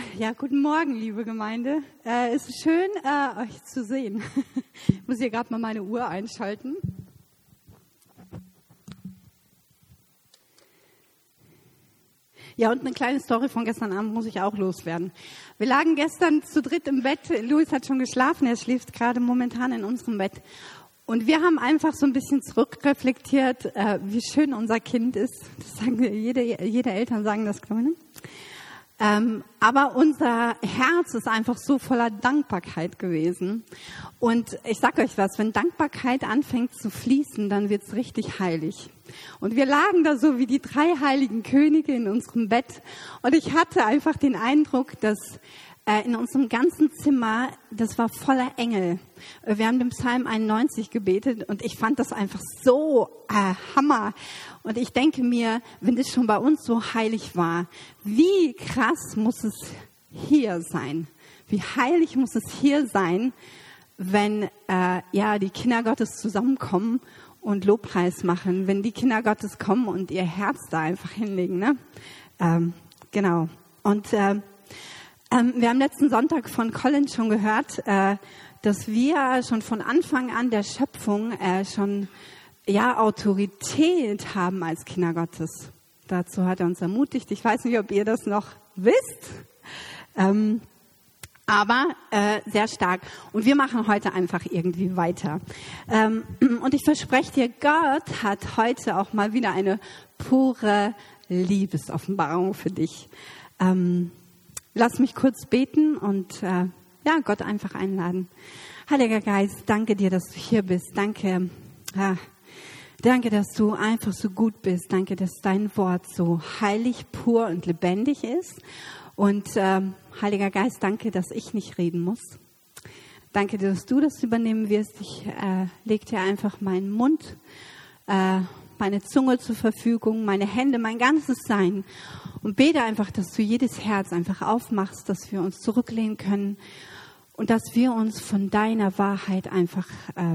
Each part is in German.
Ja, guten Morgen, liebe Gemeinde. Es ist schön, euch zu sehen. Ich muss hier gerade mal meine Uhr einschalten. Ja, und eine kleine Story von gestern Abend muss ich auch loswerden. Wir lagen gestern zu dritt im Bett. Luis hat schon geschlafen, er schläft gerade momentan in unserem Bett. Und wir haben einfach so ein bisschen zurückreflektiert, wie schön unser Kind ist. Das sagen jede Eltern sagen das, glaube ich, ne? Aber unser Herz ist einfach so voller Dankbarkeit gewesen. Und ich sag euch was, wenn Dankbarkeit anfängt zu fließen, dann wird's richtig heilig. Und wir lagen da so wie die 3 heiligen Könige in unserem Bett. Und ich hatte einfach den Eindruck, dass in unserem ganzen Zimmer, das war voller Engel. Wir haben den Psalm 91 gebetet und ich fand das einfach so Hammer. Und ich denke mir, wenn das schon bei uns so heilig war, wie krass muss es hier sein? Wie heilig muss es hier sein, wenn die Kinder Gottes zusammenkommen und Lobpreis machen, wenn die Kinder Gottes kommen und ihr Herz da einfach hinlegen, ne? Genau. Und wir haben letzten Sonntag von Colin schon gehört, dass wir schon von Anfang an der Schöpfung schon Autorität haben als Kinder Gottes. Dazu hat er uns ermutigt. Ich weiß nicht, ob ihr das noch wisst, aber sehr stark. Und wir machen heute einfach irgendwie weiter. Und ich verspreche dir, Gott hat heute auch mal wieder eine pure Liebesoffenbarung für dich. Lass mich kurz beten und Gott einfach einladen. Heiliger Geist, danke dir, dass du hier bist. Danke, dass du einfach so gut bist. Danke, dass dein Wort so heilig, pur und lebendig ist. Und Heiliger Geist, danke, dass ich nicht reden muss. Danke, dass du das übernehmen wirst. Ich leg dir einfach meinen Mund, meine Zunge zur Verfügung, meine Hände, mein ganzes Sein und bete einfach, dass du jedes Herz einfach aufmachst, dass wir uns zurücklehnen können und dass wir uns von deiner Wahrheit einfach,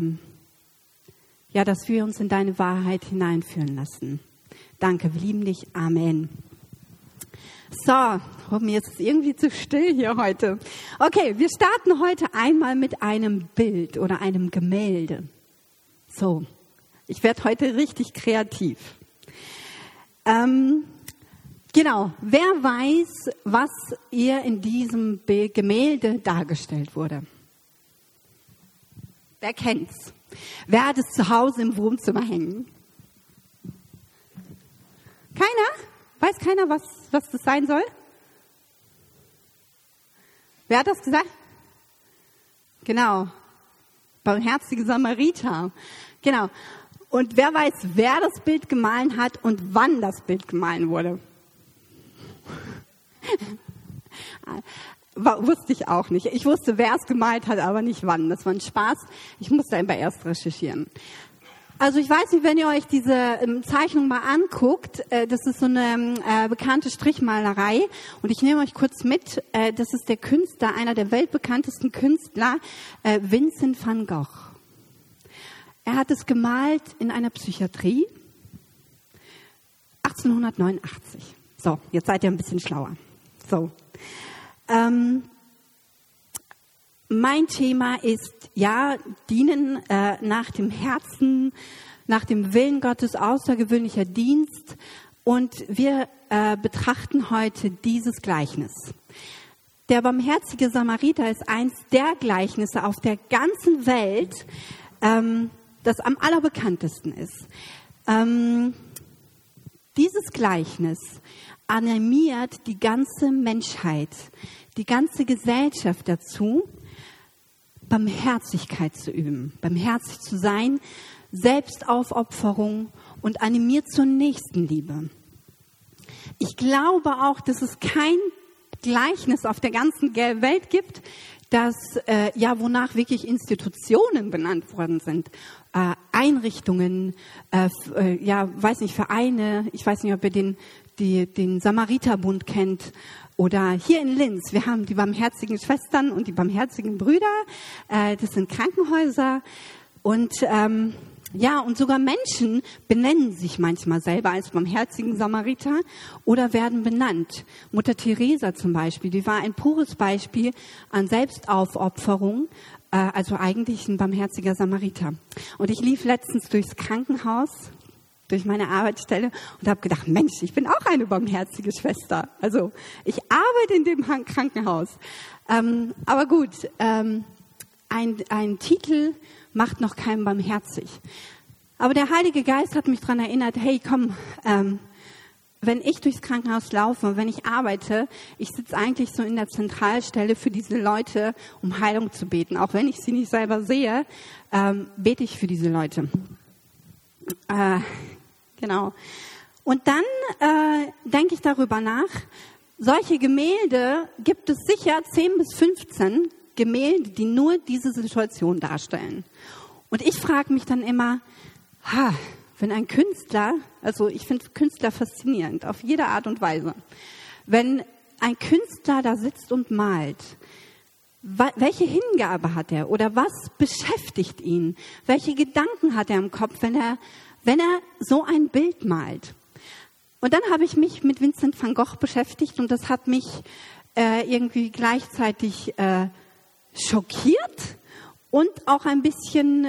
dass wir uns in deine Wahrheit hineinführen lassen. Danke, wir lieben dich. Amen. So, mir ist es irgendwie zu still hier heute. Okay, wir starten heute einmal mit einem Bild oder einem Gemälde. So. Ich werde heute richtig kreativ. Wer weiß, was ihr in diesem Gemälde dargestellt wurde? Wer kennt's? Wer hat es zu Hause im Wohnzimmer hängen? Keiner? Weiß keiner, was das sein soll? Wer hat das gesagt? Genau. Barmherzige Samariter. Genau. Und wer weiß, wer das Bild gemalt hat und wann das Bild gemalt wurde? Wusste ich auch nicht. Ich wusste, wer es gemalt hat, aber nicht wann. Das war ein Spaß. Ich musste einfach erst recherchieren. Also ich weiß nicht, wenn ihr euch diese Zeichnung mal anguckt, das ist so eine bekannte Strichmalerei. Und ich nehme euch kurz mit, das ist der Künstler, einer der weltbekanntesten Künstler, Vincent van Gogh. Er hat es gemalt in einer Psychiatrie 1889. So, jetzt seid ihr ein bisschen schlauer. So, mein Thema ist, dienen nach dem Herzen, nach dem Willen Gottes, außergewöhnlicher Dienst. Und wir betrachten heute dieses Gleichnis. Der barmherzige Samariter ist eins der Gleichnisse auf der ganzen Welt, das am allerbekanntesten ist. Dieses Gleichnis animiert die ganze Menschheit, die ganze Gesellschaft dazu, Barmherzigkeit zu üben, barmherzig zu sein, Selbstaufopferung und animiert zur Nächstenliebe. Ich glaube auch, dass es kein Gleichnis auf der ganzen Welt gibt, dass wonach wirklich Institutionen benannt worden sind, Einrichtungen, Vereine. Ich weiß nicht, ob ihr den Samariterbund kennt. Oder hier in Linz, wir haben die barmherzigen Schwestern und die barmherzigen Brüder. Das sind Krankenhäuser. Und Ja, und sogar Menschen benennen sich manchmal selber als barmherzigen Samariter oder werden benannt. Mutter Teresa zum Beispiel, die war ein pures Beispiel an Selbstaufopferung, also eigentlich ein barmherziger Samariter. Und ich lief letztens durchs Krankenhaus, durch meine Arbeitsstelle und habe gedacht, Mensch, ich bin auch eine barmherzige Schwester. Also ich arbeite in dem Krankenhaus. Aber gut, ein Titel macht noch keinen barmherzig. Aber der Heilige Geist hat mich daran erinnert, hey komm, wenn ich durchs Krankenhaus laufe, wenn ich arbeite, ich sitze eigentlich so in der Zentralstelle für diese Leute, um Heilung zu beten. Auch wenn ich sie nicht selber sehe, bete ich für diese Leute. Genau. Und dann denke ich darüber nach, solche Gemälde gibt es sicher 10 bis 15 Gemälde, die nur diese Situation darstellen. Und ich frage mich dann immer, wenn ein Künstler, also ich finde Künstler faszinierend, auf jede Art und Weise, wenn ein Künstler da sitzt und malt, welche Hingabe hat er oder was beschäftigt ihn? Welche Gedanken hat er im Kopf, wenn er so ein Bild malt? Und dann habe ich mich mit Vincent van Gogh beschäftigt und das hat mich irgendwie gleichzeitig schockiert und auch ein bisschen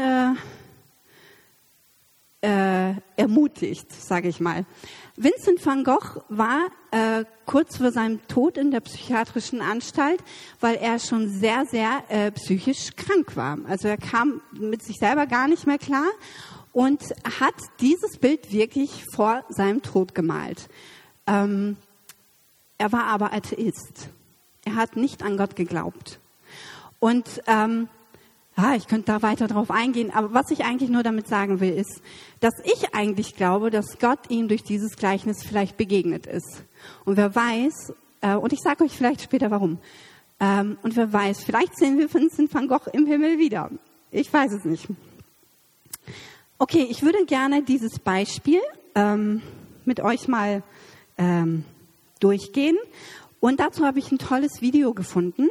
ermutigt, sage ich mal. Vincent van Gogh war kurz vor seinem Tod in der psychiatrischen Anstalt, weil er schon sehr, sehr psychisch krank war. Also er kam mit sich selber gar nicht mehr klar und hat dieses Bild wirklich vor seinem Tod gemalt. Er war aber Atheist. Er hat nicht an Gott geglaubt. Und ich könnte da weiter drauf eingehen, aber was ich eigentlich nur damit sagen will, ist, dass ich eigentlich glaube, dass Gott ihm durch dieses Gleichnis vielleicht begegnet ist. Und wer weiß, und ich sage euch vielleicht später warum, und wer weiß, vielleicht sehen wir Vincent van Gogh im Himmel wieder. Ich weiß es nicht. Okay, ich würde gerne dieses Beispiel mit euch mal durchgehen. Und dazu habe ich ein tolles Video gefunden.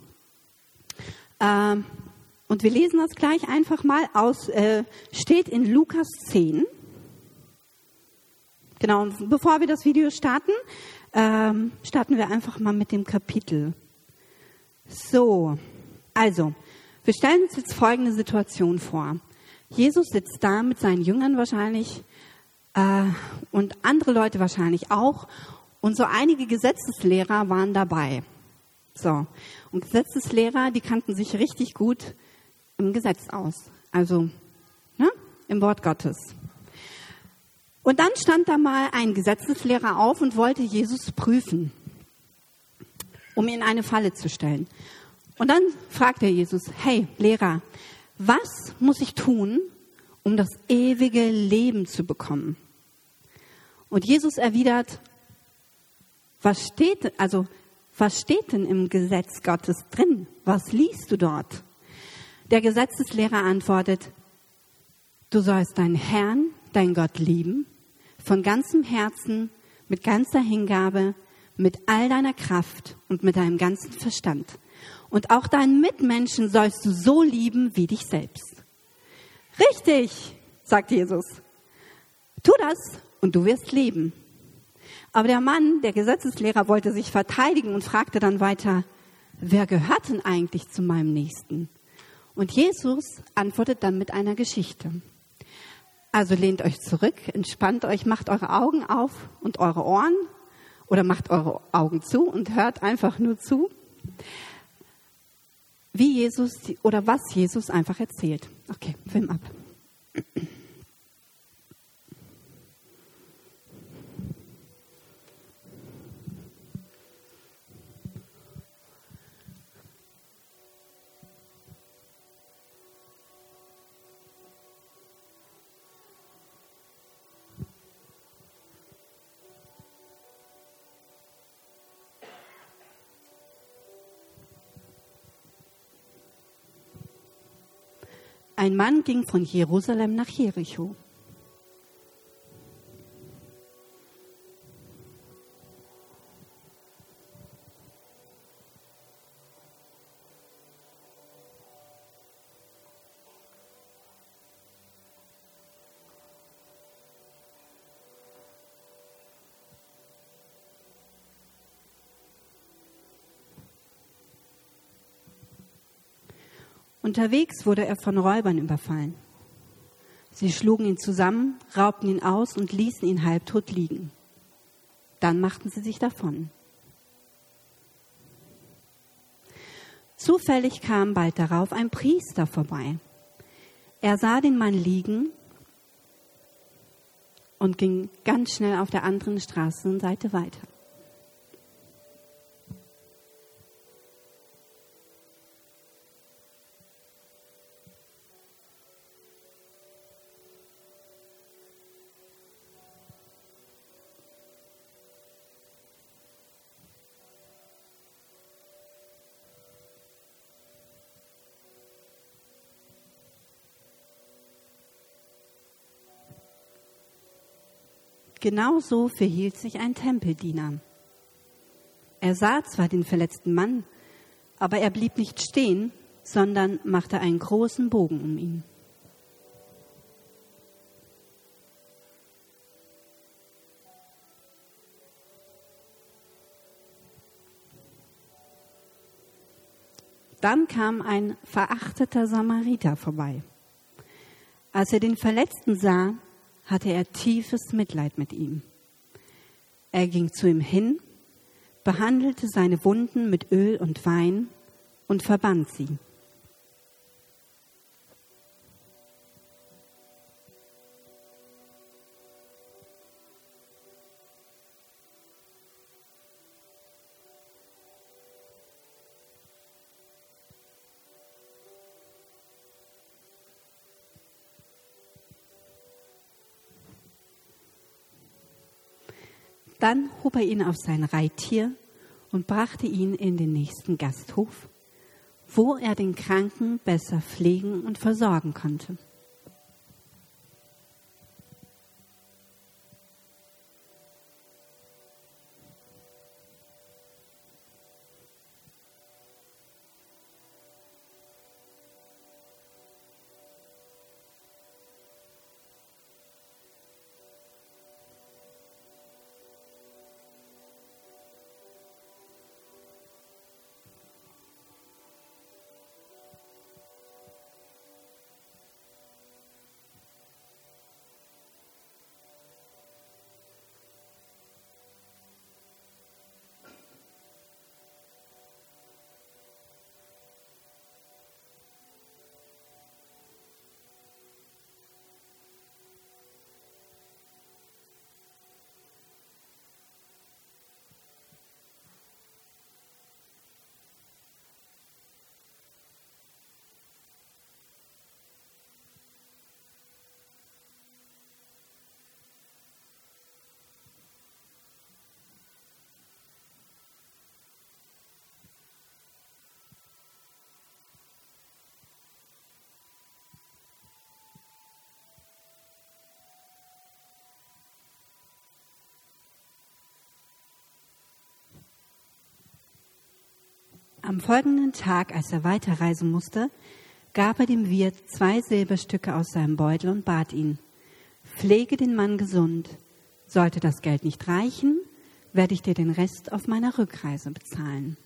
Und wir lesen das gleich einfach mal aus, steht in Lukas 10. Genau, und bevor wir das Video starten, starten wir einfach mal mit dem Kapitel. So, also, wir stellen uns jetzt folgende Situation vor. Jesus sitzt da mit seinen Jüngern wahrscheinlich und andere Leute wahrscheinlich auch. Und so einige Gesetzeslehrer waren dabei. So, und Gesetzeslehrer, die kannten sich richtig gut im Gesetz aus, also im Wort Gottes. Und dann stand da mal ein Gesetzeslehrer auf und wollte Jesus prüfen, um ihn in eine Falle zu stellen. Und dann fragte Jesus, hey Lehrer, was muss ich tun, um das ewige Leben zu bekommen? Und Jesus erwidert, was steht denn im Gesetz Gottes drin? Was liest du dort? Der Gesetzeslehrer antwortet, du sollst deinen Herrn, deinen Gott lieben, von ganzem Herzen, mit ganzer Hingabe, mit all deiner Kraft und mit deinem ganzen Verstand. Und auch deinen Mitmenschen sollst du so lieben wie dich selbst. Richtig, sagt Jesus. Tu das und du wirst leben. Aber der Mann, der Gesetzeslehrer, wollte sich verteidigen und fragte dann weiter, wer gehört denn eigentlich zu meinem Nächsten? Und Jesus antwortet dann mit einer Geschichte. Also lehnt euch zurück, entspannt euch, macht eure Augen auf und eure Ohren oder macht eure Augen zu und hört einfach nur zu, wie Jesus oder was Jesus einfach erzählt. Okay, Film ab. Ein Mann ging von Jerusalem nach Jericho. Unterwegs wurde er von Räubern überfallen. Sie schlugen ihn zusammen, raubten ihn aus und ließen ihn halbtot liegen. Dann machten sie sich davon. Zufällig kam bald darauf ein Priester vorbei. Er sah den Mann liegen und ging ganz schnell auf der anderen Straßenseite weiter. Genauso verhielt sich ein Tempeldiener. Er sah zwar den verletzten Mann, aber er blieb nicht stehen, sondern machte einen großen Bogen um ihn. Dann kam ein verachteter Samariter vorbei. Als er den Verletzten sah, hatte er tiefes Mitleid mit ihm. Er ging zu ihm hin, behandelte seine Wunden mit Öl und Wein und verband sie. Dann hob er ihn auf sein Reittier und brachte ihn in den nächsten Gasthof, wo er den Kranken besser pflegen und versorgen konnte. Am folgenden Tag, als er weiterreisen musste, gab er dem Wirt 2 Silberstücke aus seinem Beutel und bat ihn: Pflege den Mann gesund. Sollte das Geld nicht reichen, werde ich dir den Rest auf meiner Rückreise bezahlen.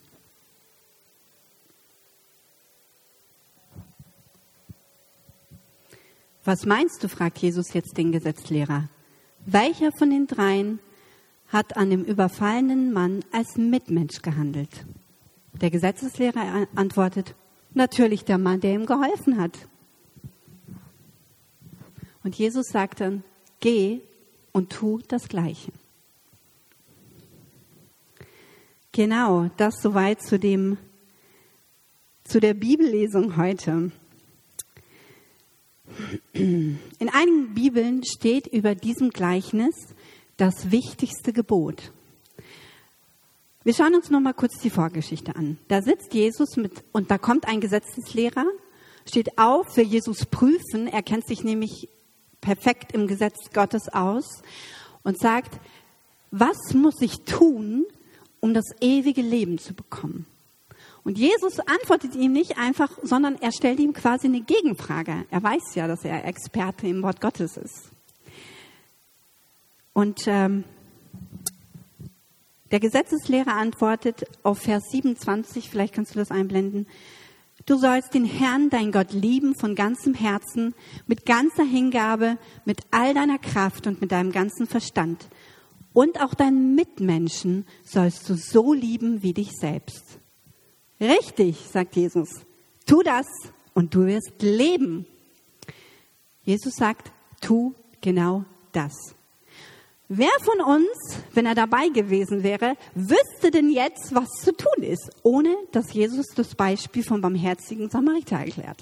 Was meinst du, fragt Jesus jetzt den Gesetzlehrer. Welcher von den dreien hat an dem überfallenen Mann als Mitmensch gehandelt? Der Gesetzeslehrer antwortet: Natürlich der Mann, der ihm geholfen hat. Und Jesus sagt dann: Geh und tu das Gleiche. Genau, das soweit zu der Bibellesung heute. In einigen Bibeln steht über diesem Gleichnis das wichtigste Gebot. Wir schauen uns noch mal kurz die Vorgeschichte an. Da sitzt Jesus und da kommt ein Gesetzeslehrer, steht auf, will Jesus prüfen. Er kennt sich nämlich perfekt im Gesetz Gottes aus und sagt: Was muss ich tun, um das ewige Leben zu bekommen? Und Jesus antwortet ihm nicht einfach, sondern er stellt ihm quasi eine Gegenfrage. Er weiß ja, dass er Experte im Wort Gottes ist. Und der Gesetzeslehrer antwortet auf Vers 27, vielleicht kannst du das einblenden: Du sollst den Herrn, dein Gott, lieben von ganzem Herzen, mit ganzer Hingabe, mit all deiner Kraft und mit deinem ganzen Verstand. Und auch deinen Mitmenschen sollst du so lieben wie dich selbst. Richtig, sagt Jesus. Tu das und du wirst leben. Jesus sagt, tu genau das. Wer von uns, wenn er dabei gewesen wäre, wüsste denn jetzt, was zu tun ist, ohne dass Jesus das Beispiel vom barmherzigen Samariter erklärt?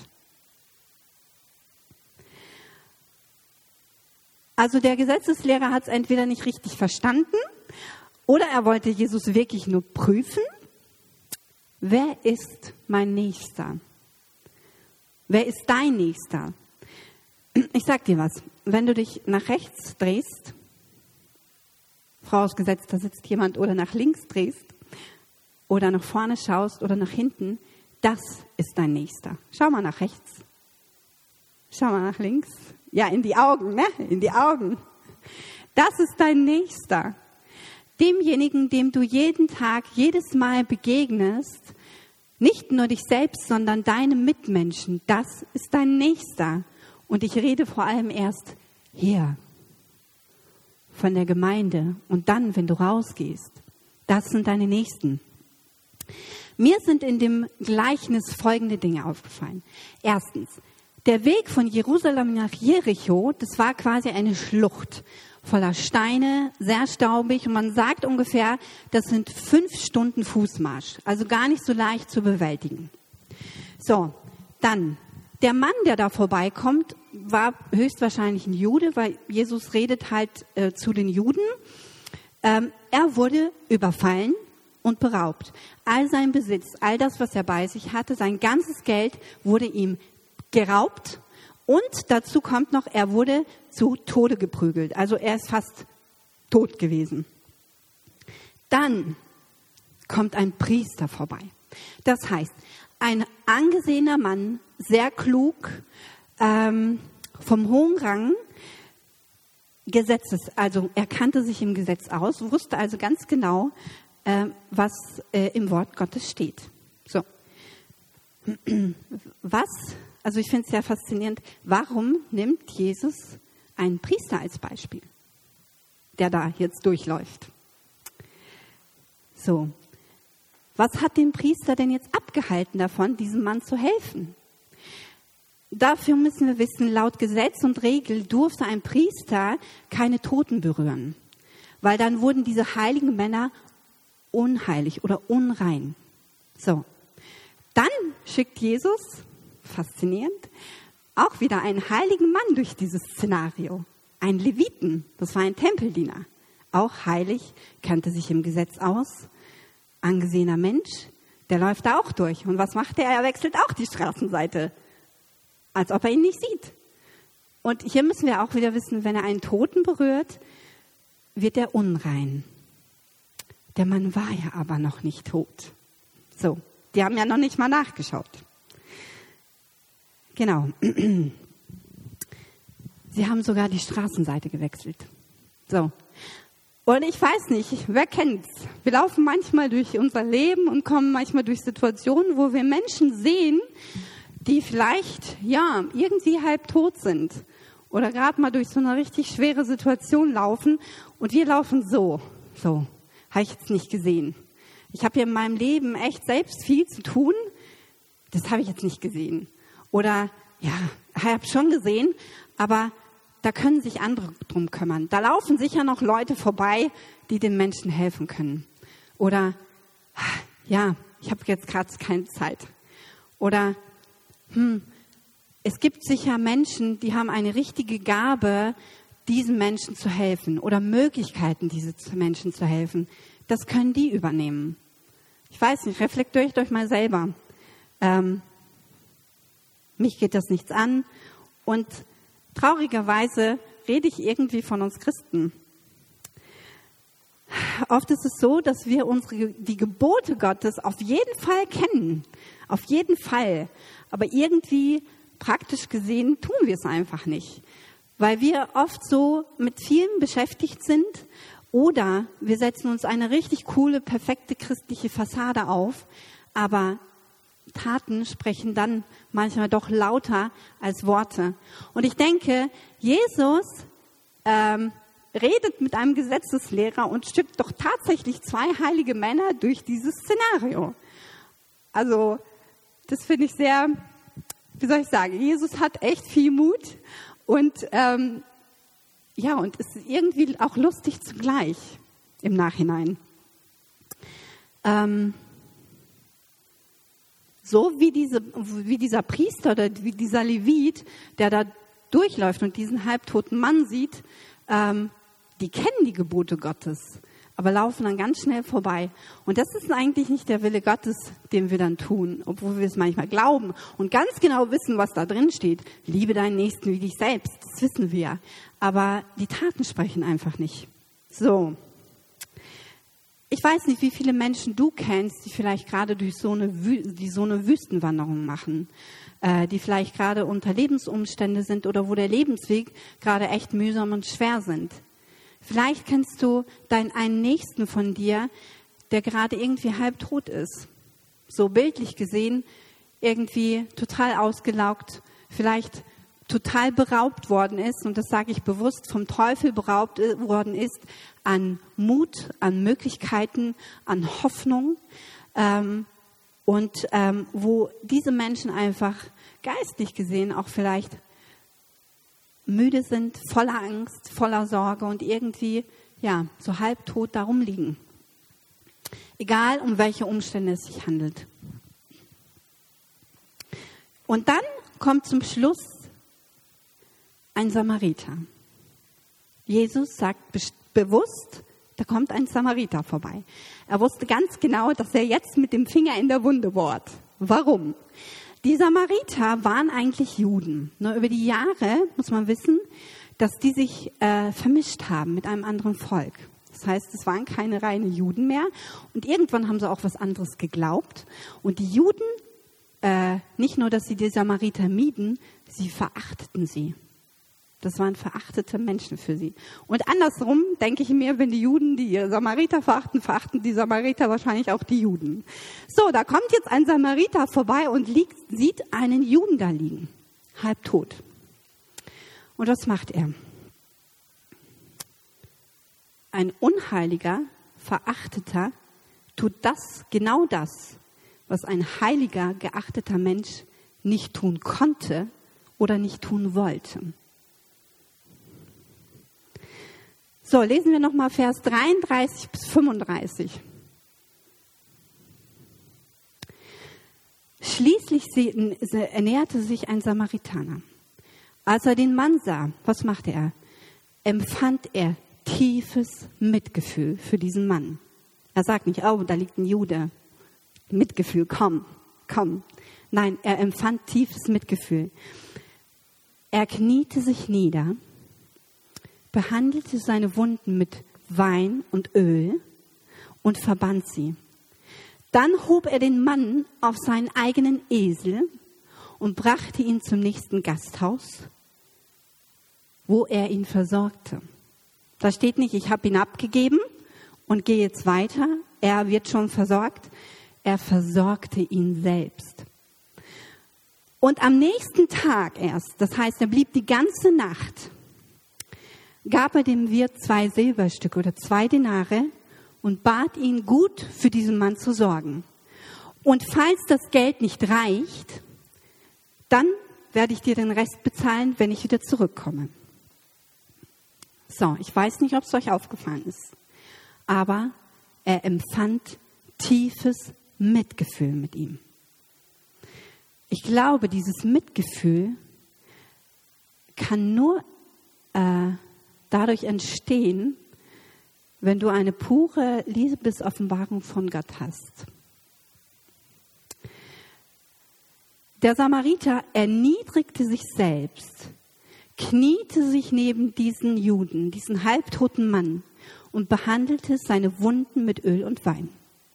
Also der Gesetzeslehrer hat es entweder nicht richtig verstanden oder er wollte Jesus wirklich nur prüfen. Wer ist mein Nächster? Wer ist dein Nächster? Ich sag dir was, wenn du dich nach rechts drehst, vorausgesetzt, da sitzt jemand, oder nach links drehst oder nach vorne schaust oder nach hinten, das ist dein Nächster. Schau mal nach rechts. Schau mal nach links. Ja, in die Augen, ne? In die Augen. Das ist dein Nächster. Demjenigen, dem du jeden Tag, jedes Mal begegnest, nicht nur dich selbst, sondern deinem Mitmenschen, das ist dein Nächster. Und ich rede vor allem erst hier von der Gemeinde und dann, wenn du rausgehst. Das sind deine Nächsten. Mir sind in dem Gleichnis folgende Dinge aufgefallen. Erstens, der Weg von Jerusalem nach Jericho, das war quasi eine Schlucht voller Steine, sehr staubig und man sagt ungefähr, das sind 5 Stunden Fußmarsch, also gar nicht so leicht zu bewältigen. So, dann, der Mann, der da vorbeikommt, war höchstwahrscheinlich ein Jude, weil Jesus redet halt zu den Juden. Er wurde überfallen und beraubt. All sein Besitz, all das, was er bei sich hatte, sein ganzes Geld wurde ihm geraubt. Und dazu kommt noch, er wurde zu Tode geprügelt. Also er ist fast tot gewesen. Dann kommt ein Priester vorbei. Das heißt, ein angesehener Mann, sehr klug, vom hohen Rang, also er kannte sich im Gesetz aus, wusste also ganz genau, was im Wort Gottes steht. So. Also ich finde es sehr faszinierend, warum nimmt Jesus einen Priester als Beispiel, der da jetzt durchläuft? So. Was hat den Priester denn jetzt abgehalten davon, diesem Mann zu helfen? Dafür müssen wir wissen, laut Gesetz und Regel durfte ein Priester keine Toten berühren, weil dann wurden diese heiligen Männer unheilig oder unrein. So, dann schickt Jesus, faszinierend, auch wieder einen heiligen Mann durch dieses Szenario, einen Leviten, das war ein Tempeldiener, auch heilig, kannte sich im Gesetz aus, angesehener Mensch, der läuft da auch durch. Und was macht er? Er wechselt auch die Straßenseite, als ob er ihn nicht sieht. Und hier müssen wir auch wieder wissen, wenn er einen Toten berührt, wird er unrein. Der Mann war ja aber noch nicht tot. So, die haben ja noch nicht mal nachgeschaut. Genau. Sie haben sogar die Straßenseite gewechselt. So. Und ich weiß nicht, wer kennt's? Wir laufen manchmal durch unser Leben und kommen manchmal durch Situationen, wo wir Menschen sehen, die vielleicht, ja, irgendwie halb tot sind oder gerade mal durch so eine richtig schwere Situation laufen und wir laufen so, habe ich jetzt nicht gesehen. Ich habe hier in meinem Leben echt selbst viel zu tun, das habe ich jetzt nicht gesehen. Oder, ja, ich habe schon gesehen, aber da können sich andere drum kümmern. Da laufen sicher noch Leute vorbei, die den Menschen helfen können. Oder, ja, ich habe jetzt gerade keine Zeit. Oder, es gibt sicher Menschen, die haben eine richtige Gabe, diesen Menschen zu helfen oder Möglichkeiten, diesen Menschen zu helfen. Das können die übernehmen. Ich weiß nicht, reflektiert euch mal selber. Mich geht das nichts an und traurigerweise rede ich irgendwie von uns Christen. Oft ist es so, dass wir die Gebote Gottes auf jeden Fall kennen. Auf jeden Fall. Aber irgendwie praktisch gesehen tun wir es einfach nicht. Weil wir oft so mit vielem beschäftigt sind oder wir setzen uns eine richtig coole, perfekte christliche Fassade auf. Aber Taten sprechen dann manchmal doch lauter als Worte. Und ich denke, Jesus redet mit einem Gesetzeslehrer und schickt doch tatsächlich 2 heilige Männer durch dieses Szenario. Also das finde ich sehr, wie soll ich sagen, Jesus hat echt viel Mut und und es ist irgendwie auch lustig zugleich im Nachhinein. So wie dieser Priester oder wie dieser Levit, der da durchläuft und diesen halbtoten Mann sieht, die kennen die Gebote Gottes, aber laufen dann ganz schnell vorbei. Und das ist eigentlich nicht der Wille Gottes, den wir dann tun, obwohl wir es manchmal glauben und ganz genau wissen, was da drin steht. Liebe deinen Nächsten wie dich selbst, das wissen wir. Aber die Taten sprechen einfach nicht. So. Ich weiß nicht, wie viele Menschen du kennst, die vielleicht gerade durch so eine Wüstenwanderung machen, die vielleicht gerade unter Lebensumstände sind oder wo der Lebensweg gerade echt mühsam und schwer sind. Vielleicht kennst du einen Nächsten von dir, der gerade irgendwie halbtot ist. So bildlich gesehen, irgendwie total ausgelaugt, vielleicht total beraubt worden ist, und das sage ich bewusst, vom Teufel beraubt worden ist, an Mut, an Möglichkeiten, an Hoffnung, wo diese Menschen einfach geistlich gesehen auch vielleicht müde sind, voller Angst, voller Sorge und irgendwie so halbtot darum liegen. Egal, um welche Umstände es sich handelt. Und dann kommt zum Schluss ein Samariter. Jesus sagt bewusst, da kommt ein Samariter vorbei. Er wusste ganz genau, dass er jetzt mit dem Finger in der Wunde bohrt. Warum? Die Samariter waren eigentlich Juden. Nur über die Jahre muss man wissen, dass die sich vermischt haben mit einem anderen Volk. Das heißt, es waren keine reinen Juden mehr. Und irgendwann haben sie auch was anderes geglaubt. Und die Juden, nicht nur, dass sie die Samariter mieden, sie verachteten sie. Das waren verachtete Menschen für sie. Und andersrum denke ich mir, wenn die Juden die Samariter verachten, verachten die Samariter wahrscheinlich auch die Juden. So, da kommt jetzt ein Samariter vorbei und sieht einen Juden da liegen, halbtot. Und was macht er? Ein unheiliger, verachteter tut genau das, was ein heiliger, geachteter Mensch nicht tun konnte oder nicht tun wollte. So, lesen wir nochmal Vers 33 bis 35. Schließlich ernährte sich ein Samaritaner. Als er den Mann sah, was machte er? Empfand er tiefes Mitgefühl für diesen Mann. Er sagt nicht, oh, da liegt ein Jude. Mitgefühl, komm. Nein, er empfand tiefes Mitgefühl. Er kniete sich nieder, behandelte seine Wunden mit Wein und Öl und verband sie. Dann hob er den Mann auf seinen eigenen Esel und brachte ihn zum nächsten Gasthaus, wo er ihn versorgte. Da steht nicht, ich habe ihn abgegeben und gehe jetzt weiter. Er wird schon versorgt. Er versorgte ihn selbst. Und am nächsten Tag erst, das heißt, er blieb die ganze Nacht, gab er dem Wirt 2 Silberstücke oder 2 Denare und bat ihn, gut für diesen Mann zu sorgen. Und falls das Geld nicht reicht, dann werde ich dir den Rest bezahlen, wenn ich wieder zurückkomme. So, ich weiß nicht, ob es euch aufgefallen ist, aber er empfand tiefes Mitgefühl mit ihm. Ich glaube, dieses Mitgefühl kann nur dadurch entstehen, wenn du eine pure Liebesoffenbarung von Gott hast. Der Samariter erniedrigte sich selbst, kniete sich neben diesen Juden, diesen halbtoten Mann und behandelte seine Wunden mit Öl und Wein.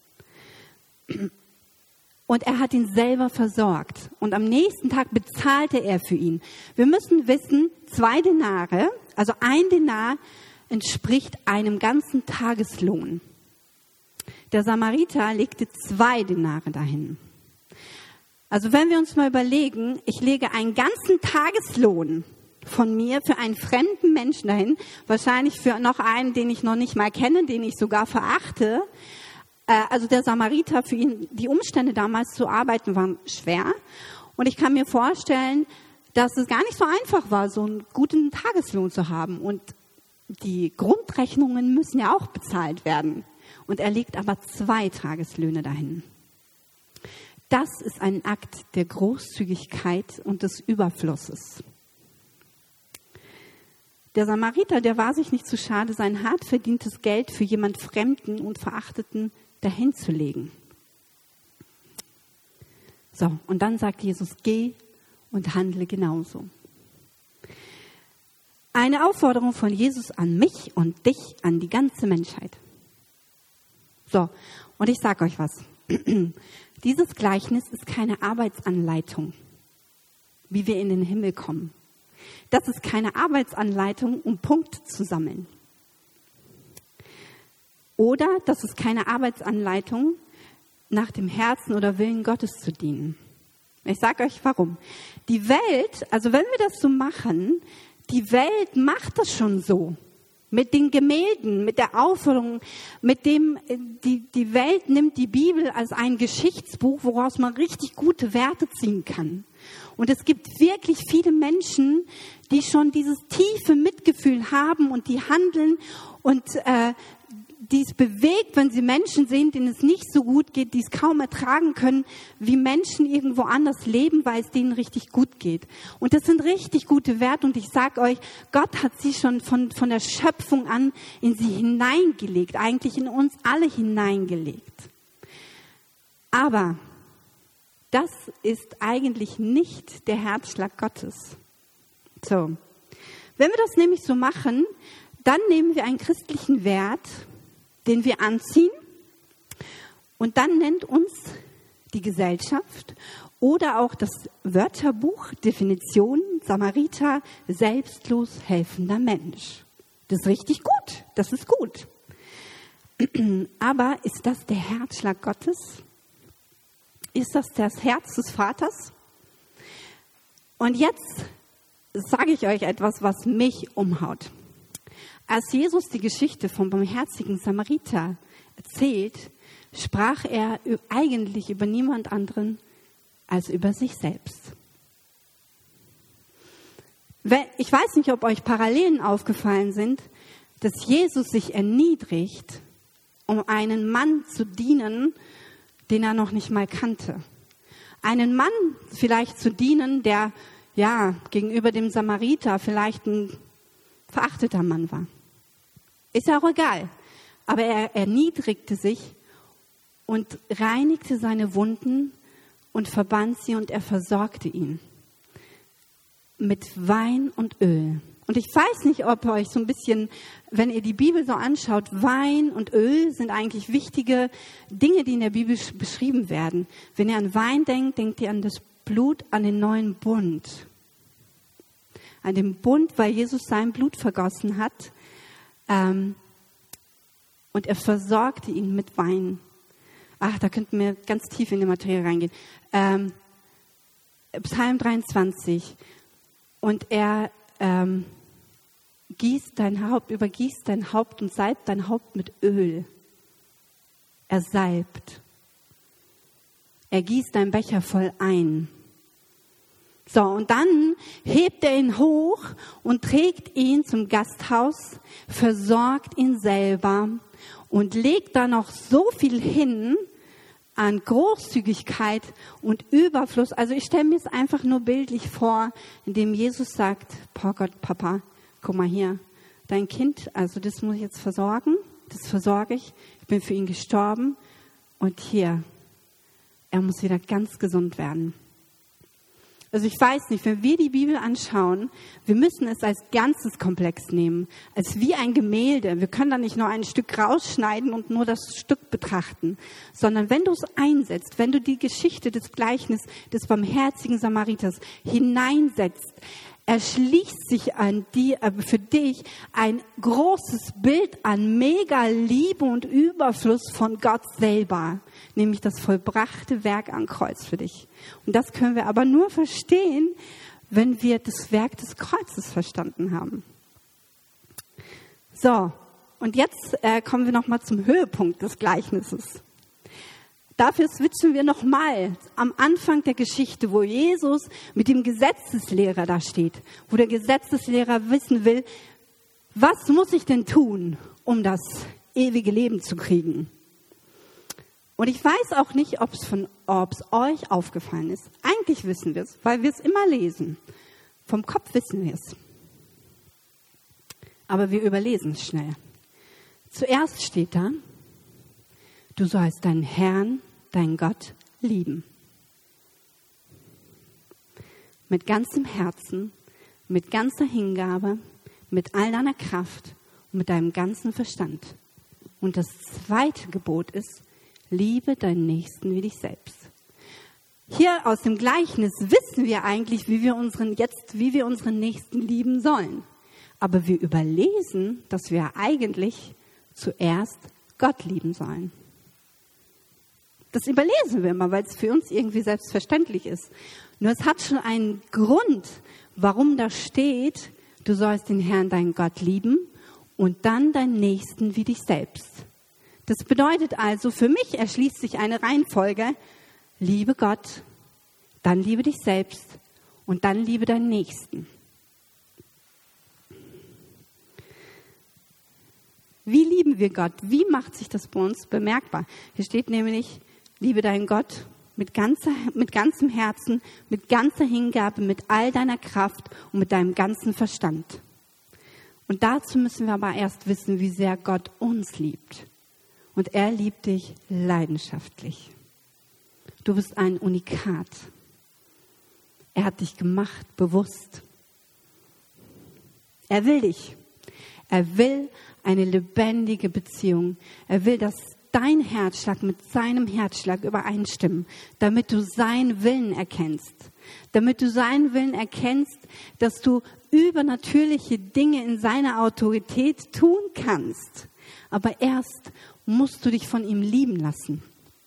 Und er hat ihn selber versorgt. Und am nächsten Tag bezahlte er für ihn. Wir müssen wissen, 2 Denare, also 1 Denar entspricht einem ganzen Tageslohn. Der Samariter legte 2 Denare dahin. Also wenn wir uns mal überlegen, ich lege einen ganzen Tageslohn von mir für einen fremden Menschen dahin, wahrscheinlich für noch einen, den ich noch nicht mal kenne, den ich sogar verachte. Also der Samariter, für ihn, die Umstände damals zu arbeiten waren schwer. Und ich kann mir vorstellen, dass es gar nicht so einfach war, so einen guten Tageslohn zu haben. Und die Grundrechnungen müssen ja auch bezahlt werden. Und er legt aber 2 Tageslöhne dahin. Das ist ein Akt der Großzügigkeit und des Überflusses. Der Samariter, der war sich nicht zu schade, sein hart verdientes Geld für jemand Fremden und Verachteten dahin zu legen. So, und dann sagt Jesus, geh und handle genauso. Eine Aufforderung von Jesus an mich und dich, an die ganze Menschheit. So, und ich sage euch was. Dieses Gleichnis ist keine Arbeitsanleitung, wie wir in den Himmel kommen. Das ist keine Arbeitsanleitung, um Punkte zu sammeln. Oder das ist keine Arbeitsanleitung, nach dem Herzen oder Willen Gottes zu dienen. Ich sage euch warum. Die Welt, also wenn wir das so machen, die Welt macht das schon so. Mit den Gemälden, mit der Aufforderung, mit dem, die Welt nimmt die Bibel als ein Geschichtsbuch, woraus man richtig gute Werte ziehen kann. Und es gibt wirklich viele Menschen, die schon dieses tiefe Mitgefühl haben und die handeln und die es bewegt, wenn sie Menschen sehen, denen es nicht so gut geht, die es kaum ertragen können, wie Menschen irgendwo anders leben, weil es denen richtig gut geht. Und das sind richtig gute Werte. Und ich sage euch, Gott hat sie schon von der Schöpfung an in sie hineingelegt, eigentlich in uns alle hineingelegt. Aber das ist eigentlich nicht der Herzschlag Gottes. So, wenn wir das nämlich so machen, dann nehmen wir einen christlichen Wert, den wir anziehen, und dann nennt uns die Gesellschaft oder auch das Wörterbuch Definition Samariter selbstlos helfender Mensch. Das ist richtig gut, das ist gut. Aber ist das der Herzschlag Gottes? Ist das Herz des Vaters? Und jetzt sage ich euch etwas, was mich umhaut. Als Jesus die Geschichte vom barmherzigen Samariter erzählt, sprach er eigentlich über niemand anderen als über sich selbst. Ich weiß nicht, ob euch Parallelen aufgefallen sind, dass Jesus sich erniedrigt, um einen Mann zu dienen, den er noch nicht mal kannte. Einen Mann vielleicht zu dienen, der gegenüber dem Samariter vielleicht ein verachteter Mann war. Ist ja auch egal. Aber er erniedrigte sich und reinigte seine Wunden und verband sie und er versorgte ihn mit Wein und Öl. Und ich weiß nicht, ob euch so ein bisschen, wenn ihr die Bibel so anschaut, Wein und Öl sind eigentlich wichtige Dinge, die in der Bibel beschrieben werden. Wenn ihr an Wein denkt, denkt ihr an das Blut, an den neuen Bund. An den Bund, weil Jesus sein Blut vergossen hat. Und er versorgte ihn mit Wein. Ach, da könnten wir ganz tief in die Materie reingehen. Psalm 23. Und er übergießt dein Haupt und salbt dein Haupt mit Öl. Er salbt. Er gießt deinen Becher voll ein. So, und dann hebt er ihn hoch und trägt ihn zum Gasthaus, versorgt ihn selber und legt da noch so viel hin an Großzügigkeit und Überfluss. Also ich stelle mir es einfach nur bildlich vor, indem Jesus sagt, oh Gott, Papa, guck mal hier, dein Kind, also das muss ich jetzt versorgen, das versorge ich. Ich bin für ihn gestorben und hier, er muss wieder ganz gesund werden. Also ich weiß nicht, wenn wir die Bibel anschauen, wir müssen es als ganzes Komplex nehmen, als wie ein Gemälde. Wir können da nicht nur ein Stück rausschneiden und nur das Stück betrachten, sondern wenn du es einsetzt, wenn du die Geschichte des Gleichnisses des barmherzigen Samariters hineinsetzt, erschließt sich für dich ein großes Bild an mega Liebe und Überfluss von Gott selber, nämlich das vollbrachte Werk am Kreuz für dich. Und das können wir aber nur verstehen, wenn wir das Werk des Kreuzes verstanden haben. So, und jetzt kommen wir nochmal zum Höhepunkt des Gleichnisses. Dafür switchen wir nochmal am Anfang der Geschichte, wo Jesus mit dem Gesetzeslehrer da steht, wo der Gesetzeslehrer wissen will, was muss ich denn tun, um das ewige Leben zu kriegen? Und ich weiß auch nicht, ob es euch aufgefallen ist. Eigentlich wissen wir es, weil wir es immer lesen. Vom Kopf wissen wir es. Aber wir überlesen es schnell. Zuerst steht da, du sollst deinen Herrn, deinen Gott lieben. Mit ganzem Herzen, mit ganzer Hingabe, mit all deiner Kraft und mit deinem ganzen Verstand. Und das zweite Gebot ist, liebe deinen Nächsten wie dich selbst. Hier aus dem Gleichnis wissen wir eigentlich, wie wir unseren Nächsten lieben sollen. Aber wir überlesen, dass wir eigentlich zuerst Gott lieben sollen. Das überlesen wir immer, weil es für uns irgendwie selbstverständlich ist. Nur es hat schon einen Grund, warum da steht, du sollst den Herrn, deinen Gott lieben und dann deinen Nächsten wie dich selbst. Das bedeutet also, für mich erschließt sich eine Reihenfolge, liebe Gott, dann liebe dich selbst und dann liebe deinen Nächsten. Wie lieben wir Gott? Wie macht sich das bei uns bemerkbar? Hier steht nämlich, liebe deinen Gott mit ganzem Herzen, mit ganzer Hingabe, mit all deiner Kraft und mit deinem ganzen Verstand. Und dazu müssen wir aber erst wissen, wie sehr Gott uns liebt. Und er liebt dich leidenschaftlich. Du bist ein Unikat. Er hat dich gemacht, bewusst. Er will dich. Er will eine lebendige Beziehung. Er will, dass dein Herzschlag mit seinem Herzschlag übereinstimmen, damit du seinen Willen erkennst. Damit du seinen Willen erkennst, dass du übernatürliche Dinge in seiner Autorität tun kannst. Aber erst musst du dich von ihm lieben lassen.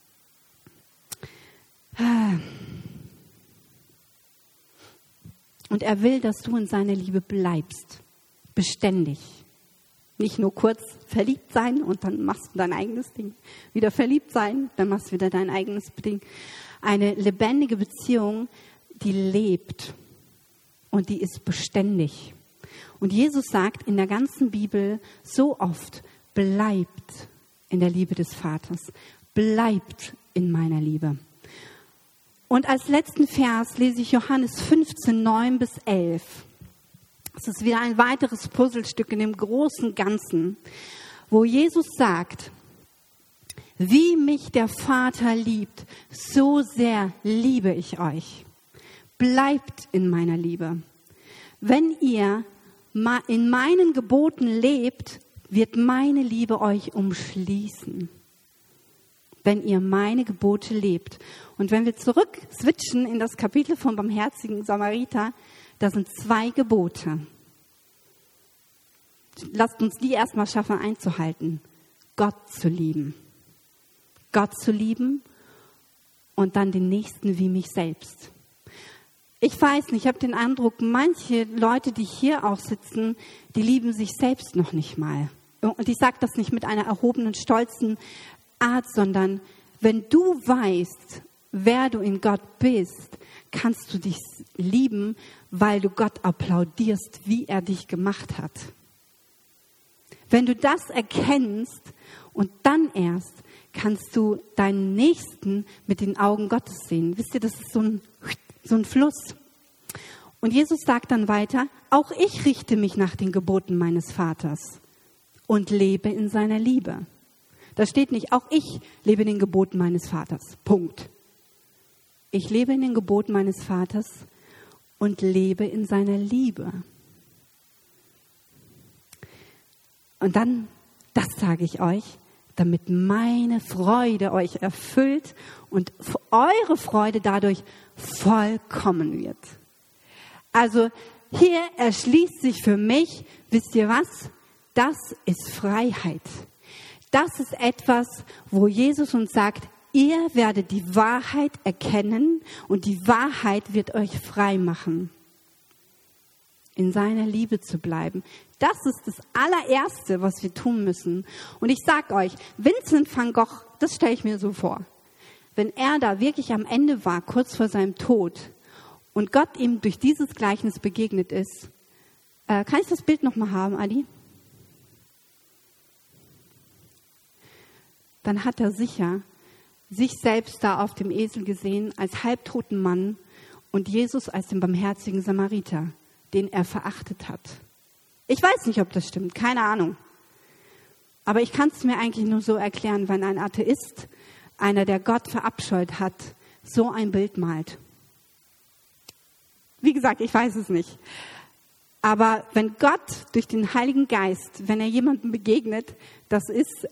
Und er will, dass du in seiner Liebe bleibst. Beständig. Nicht nur kurz verliebt sein und dann machst du dein eigenes Ding. Wieder verliebt sein, dann machst du wieder dein eigenes Ding. Eine lebendige Beziehung, die lebt und die ist beständig. Und Jesus sagt in der ganzen Bibel so oft, bleibt in der Liebe des Vaters. Bleibt in meiner Liebe. Und als letzten Vers lese ich Johannes 15, 9-11. Es ist wieder ein weiteres Puzzlestück in dem großen Ganzen, wo Jesus sagt, wie mich der Vater liebt, so sehr liebe ich euch. Bleibt in meiner Liebe. Wenn ihr in meinen Geboten lebt, wird meine Liebe euch umschließen. Wenn ihr meine Gebote lebt. Und wenn wir zurück switchen in das Kapitel vom barmherzigen Samariter, da sind 2 Gebote. Lasst uns die erstmal schaffen einzuhalten. Gott zu lieben. Gott zu lieben und dann den Nächsten wie mich selbst. Ich weiß nicht, ich habe den Eindruck, manche Leute, die hier auch sitzen, die lieben sich selbst noch nicht mal. Und ich sage das nicht mit einer erhobenen, stolzen Art, sondern wenn du weißt, wer du in Gott bist, kannst du dich lieben, weil du Gott applaudierst, wie er dich gemacht hat. Wenn du das erkennst und dann erst kannst du deinen Nächsten mit den Augen Gottes sehen. Wisst ihr, das ist so ein Fluss. Und Jesus sagt dann weiter, auch ich richte mich nach den Geboten meines Vaters und lebe in seiner Liebe. Da steht nicht, auch ich lebe in den Geboten meines Vaters. Punkt. Ich lebe in den Geboten meines Vaters und lebe in seiner Liebe. Und dann, das sage ich euch, damit meine Freude euch erfüllt und eure Freude dadurch vollkommen wird. Also Hier erschließt sich für mich, wisst ihr was? Das ist Freiheit. Das ist etwas, wo Jesus uns sagt, ihr werdet die Wahrheit erkennen und die Wahrheit wird euch frei machen. In seiner Liebe zu bleiben. Das ist das allererste, was wir tun müssen. Und ich sag euch, Vincent van Gogh, das stelle ich mir so vor. Wenn er da wirklich am Ende war, kurz vor seinem Tod, und Gott ihm durch dieses Gleichnis begegnet ist, kann ich das Bild nochmal haben, Adi? Dann hat er sicher sich selbst da auf dem Esel gesehen als halbtoten Mann und Jesus als den barmherzigen Samariter, den er verachtet hat. Ich weiß nicht, ob das stimmt, keine Ahnung. Aber ich kann es mir eigentlich nur so erklären, wenn ein Atheist, einer, der Gott verabscheut hat, so ein Bild malt. Wie gesagt, ich weiß es nicht. Aber wenn Gott durch den Heiligen Geist, wenn er jemandem begegnet, das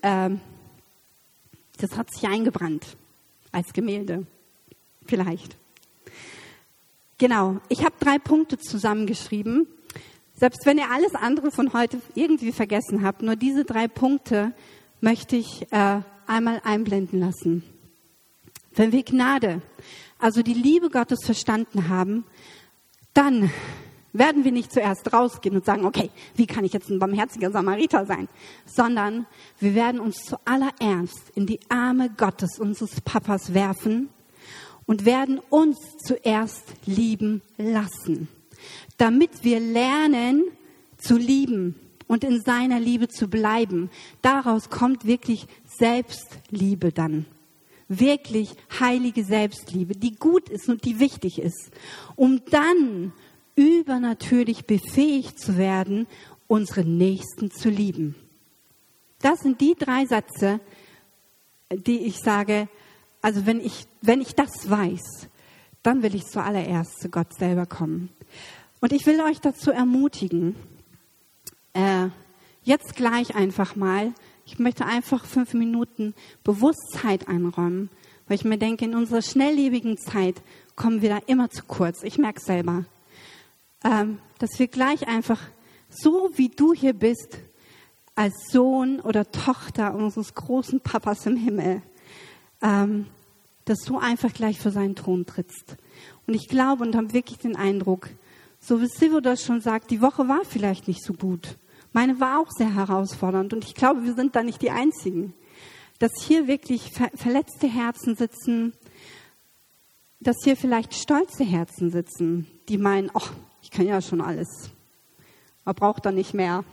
hat sich eingebrannt als Gemälde. Vielleicht. Genau, ich habe 3 Punkte zusammengeschrieben. Selbst wenn ihr alles andere von heute irgendwie vergessen habt, nur diese 3 Punkte möchte ich einmal einblenden lassen. Wenn wir Gnade, also die Liebe Gottes verstanden haben, dann werden wir nicht zuerst rausgehen und sagen, okay, wie kann ich jetzt ein barmherziger Samariter sein? Sondern wir werden uns zuallererst in die Arme Gottes, unseres Papas, werfen und werden uns zuerst lieben lassen, damit wir lernen zu lieben und in seiner Liebe zu bleiben. Daraus kommt wirklich Selbstliebe dann. Wirklich heilige Selbstliebe, die gut ist und die wichtig ist, um dann übernatürlich befähigt zu werden, unsere Nächsten zu lieben. Das sind die 3 Sätze, die ich sage, also wenn ich das weiß, dann will ich zuallererst zu Gott selber kommen. Und ich will euch dazu ermutigen, jetzt gleich einfach mal, ich möchte einfach 5 Minuten Bewusstheit einräumen, weil ich mir denke, in unserer schnelllebigen Zeit kommen wir da immer zu kurz. Ich merke es selber. Dass wir gleich einfach, so wie du hier bist, als Sohn oder Tochter unseres großen Papas im Himmel, dass du einfach gleich vor seinen Thron trittst. Und ich glaube und habe wirklich den Eindruck, so wie Silvo das schon sagt, die Woche war vielleicht nicht so gut. Meine war auch sehr herausfordernd und ich glaube, wir sind da nicht die Einzigen. Dass hier wirklich verletzte Herzen sitzen, dass hier vielleicht stolze Herzen sitzen, die meinen, ach, ich kann ja schon alles, man braucht da nicht mehr.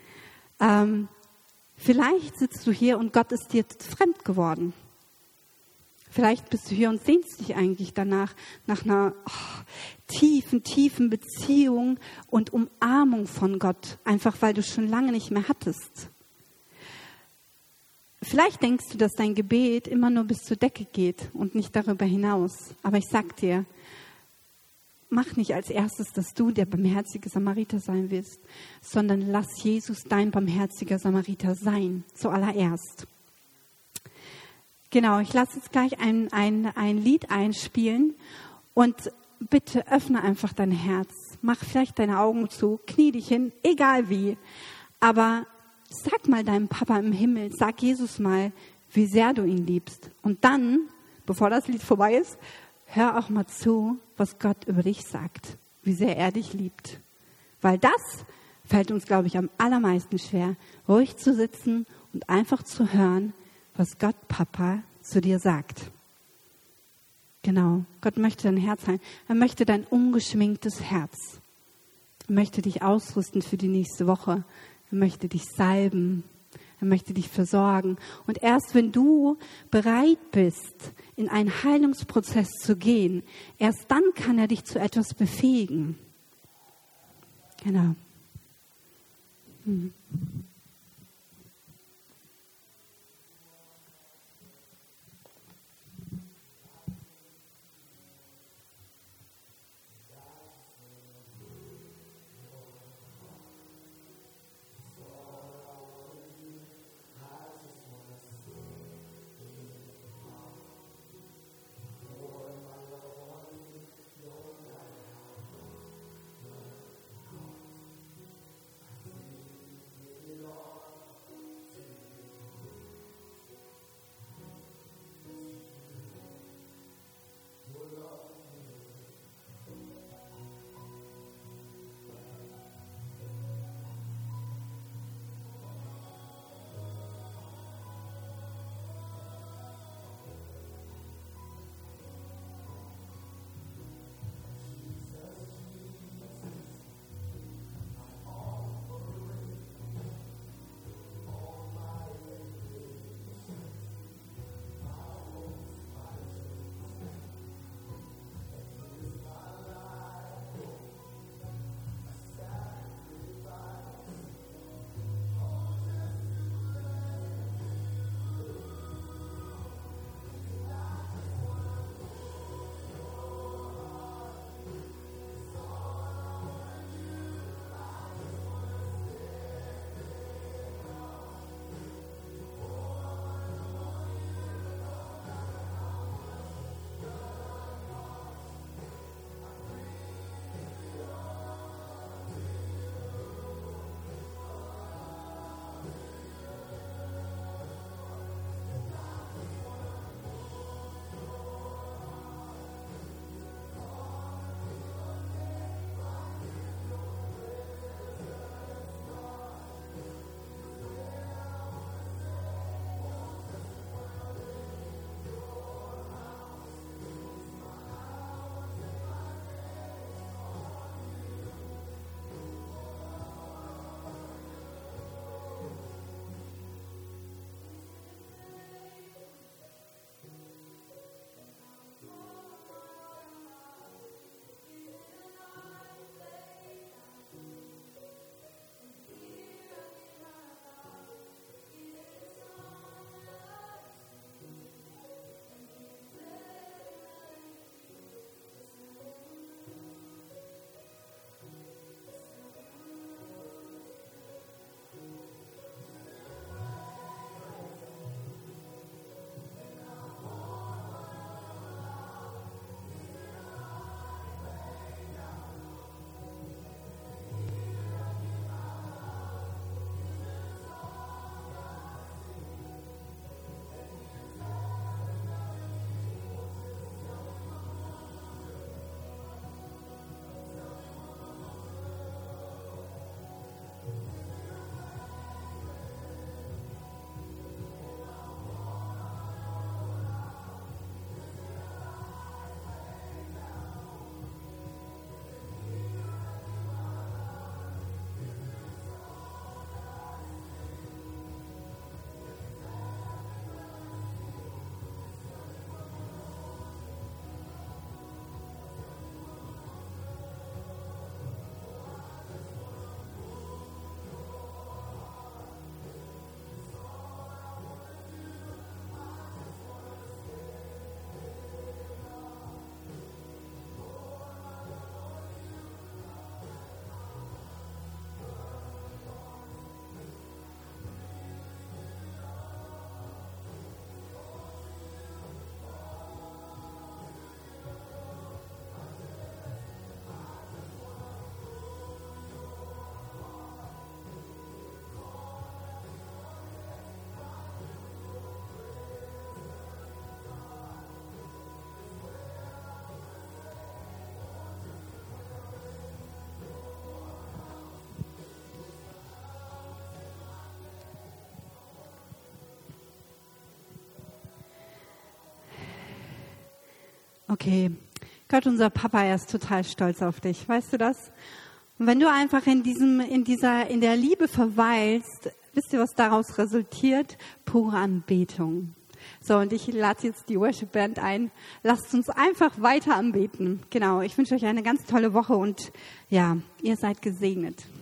Vielleicht sitzt du hier und Gott ist dir fremd geworden. Vielleicht bist du hier und sehnst dich eigentlich danach, nach einer tiefen Beziehung und Umarmung von Gott, einfach weil du es schon lange nicht mehr hattest. Vielleicht denkst du, dass dein Gebet immer nur bis zur Decke geht und nicht darüber hinaus. Aber ich sag dir, mach nicht als erstes, dass du der barmherzige Samariter sein willst, sondern lass Jesus dein barmherziger Samariter sein, zuallererst. Genau, ich lasse jetzt gleich ein Lied einspielen und bitte öffne einfach dein Herz. Mach vielleicht deine Augen zu, knie dich hin, egal wie. Aber sag mal deinem Papa im Himmel, sag Jesus mal, wie sehr du ihn liebst. Und dann, bevor das Lied vorbei ist, hör auch mal zu, was Gott über dich sagt, wie sehr er dich liebt. Weil das fällt uns, glaube ich, am allermeisten schwer, ruhig zu sitzen und einfach zu hören, was Gott, Papa, zu dir sagt. Genau, Gott möchte dein Herz heilen. Er möchte dein ungeschminktes Herz. Er möchte dich ausrüsten für die nächste Woche. Er möchte dich salben. Er möchte dich versorgen. Und erst wenn du bereit bist, in einen Heilungsprozess zu gehen, erst dann kann er dich zu etwas befähigen. Genau. Okay, Gott, unser Papa, er ist total stolz auf dich. Weißt du das? Und wenn du einfach in der Liebe verweilst, wisst ihr, was daraus resultiert? Pure Anbetung. So, und ich lade jetzt die Worship Band ein. Lasst uns einfach weiter anbeten. Genau, ich wünsche euch eine ganz tolle Woche und ja, ihr seid gesegnet.